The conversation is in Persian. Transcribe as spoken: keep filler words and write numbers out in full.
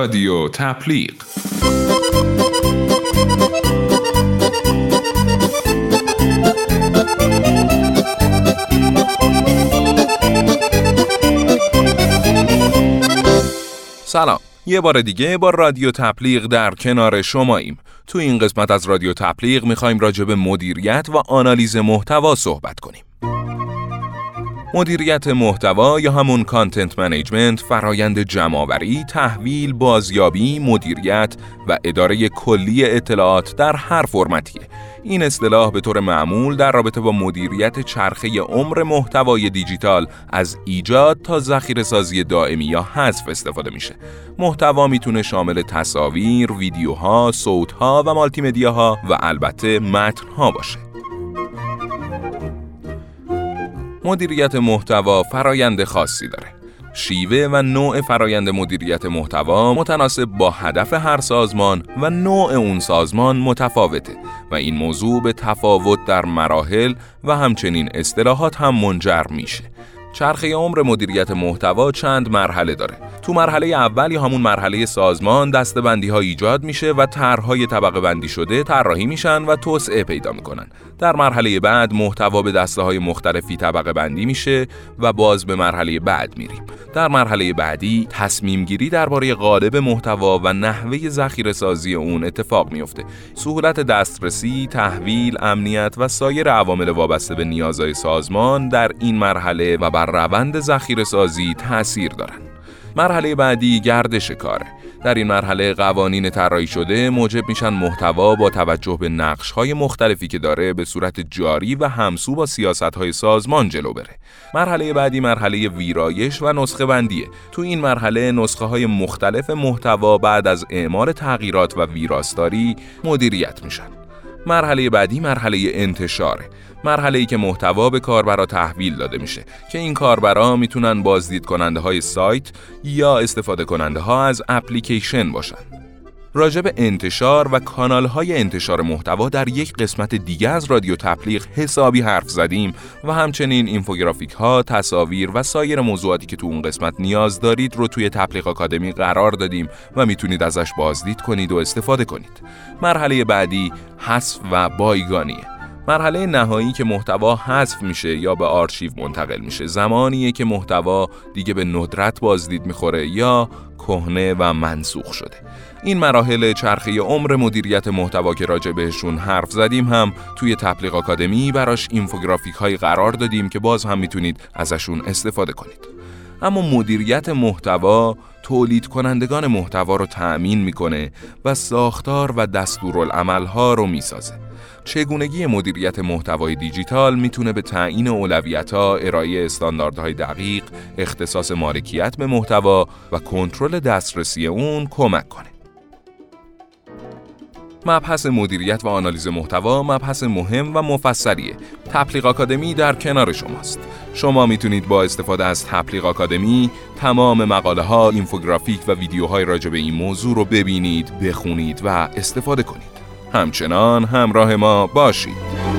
رادیو تبلیغ. سلام، یه بار دیگه با رادیو تبلیغ در کنار شماییم. تو این قسمت از رادیو تبلیغ میخوایم راجع به مدیریت و آنالیز محتوا صحبت کنیم. مدیریت محتوا یا همون کانتنت منیجمنت فرایند جمع‌آوری، تحویل، بازیابی، مدیریت و اداره کلی اطلاعات در هر فرمتیه. این اصطلاح به طور معمول در رابطه با مدیریت چرخه عمر محتوای دیجیتال از ایجاد تا ذخیره‌سازی دائمی یا حذف استفاده میشه. محتوا میتونه شامل تصاویر، ویدیوها، صوتها و مالتی مدیاها و البته متن‌ها باشه. مدیریت محتوا فرایند خاصی داره. شیوه و نوع فرایند مدیریت محتوا متناسب با هدف هر سازمان و نوع اون سازمان متفاوته و این موضوع به تفاوت در مراحل و همچنین اصطلاحات هم منجر میشه. چرخه عمر مدیریت محتوا چند مرحله داره. تو مرحله اول یا همون مرحله سازمان دسته‌بندی ها ایجاد میشه و طرح‌های طبقه بندی شده طراحی میشن و توسعه پیدا میکنن. در مرحله بعد محتوا به دسته‌های مختلفی طبقه بندی میشه و باز به مرحله بعد میریم. در مرحله بعدی تصمیم گیری درباره قالب محتوا و نحوه ذخیره‌سازی اون اتفاق میفته. سهولت دسترسی، تحویل، امنیت و سایر عوامل وابسته به نیازهای سازمان در این مرحله و بر روند ذخیره‌سازی تأثیر دارن. مرحله بعدی گردش کاره. در این مرحله قوانین طراحی شده موجب میشن محتوا با توجه به نقش‌های مختلفی که داره به صورت جاری و همسو با سیاست‌های سازمان جلو بره. مرحله بعدی مرحله ویرایش و نسخه بندیه. تو این مرحله نسخه‌های مختلف محتوا بعد از اعمال تغییرات و ویراستاری مدیریت میشن. مرحله بعدی مرحله انتشاره. مرحله‌ای که محتوا به کاربرا تحویل داده میشه که این کاربرا میتونن بازدید کننده های سایت یا استفاده کننده ها از اپلیکیشن باشن. راجع به انتشار و کانال های انتشار محتوا در یک قسمت دیگه از رادیو تبلیغ حسابی حرف زدیم و همچنین اینفوگرافیک ها، تصاویر و سایر موضوعاتی که تو اون قسمت نیاز دارید رو توی تبلیغ آکادمی قرار دادیم و میتونید ازش بازدید کنید و استفاده کنید. مرحله بعدی حذف و بایگانیه. مرحله نهایی که محتوا حذف میشه یا به آرشیو منتقل میشه زمانیه که محتوا دیگه به ندرت بازدید میخوره یا کهنه و منسوخ شده. این مراحل چرخه عمر مدیریت محتوا که راجع بهشون حرف زدیم هم توی تبلیغ آکادمی براش اینفوگرافیک های قرار دادیم که باز هم میتونید ازشون استفاده کنید. اما مدیریت محتوا تولید کنندگان محتوا رو تأمین میکنه و ساختار و دستورالعمل‌ها رو میسازه. چگونگی مدیریت محتوای دیجیتال میتونه به تعیین اولویت‌ها، ارائه استانداردهای دقیق، اختصاص مالکیت به محتوا و کنترل دسترسی اون کمک کنه. مبحث مدیریت و آنالیز محتوا مبحث مهم و مفصلیه. تبلیغ آکادمی در کنار شماست. شما میتونید با استفاده از تبلیغ آکادمی تمام مقاله ها، اینفوگرافیک و ویدیوهای راجع به این موضوع رو ببینید، بخونید و استفاده کنید. همچنان همراه ما باشید.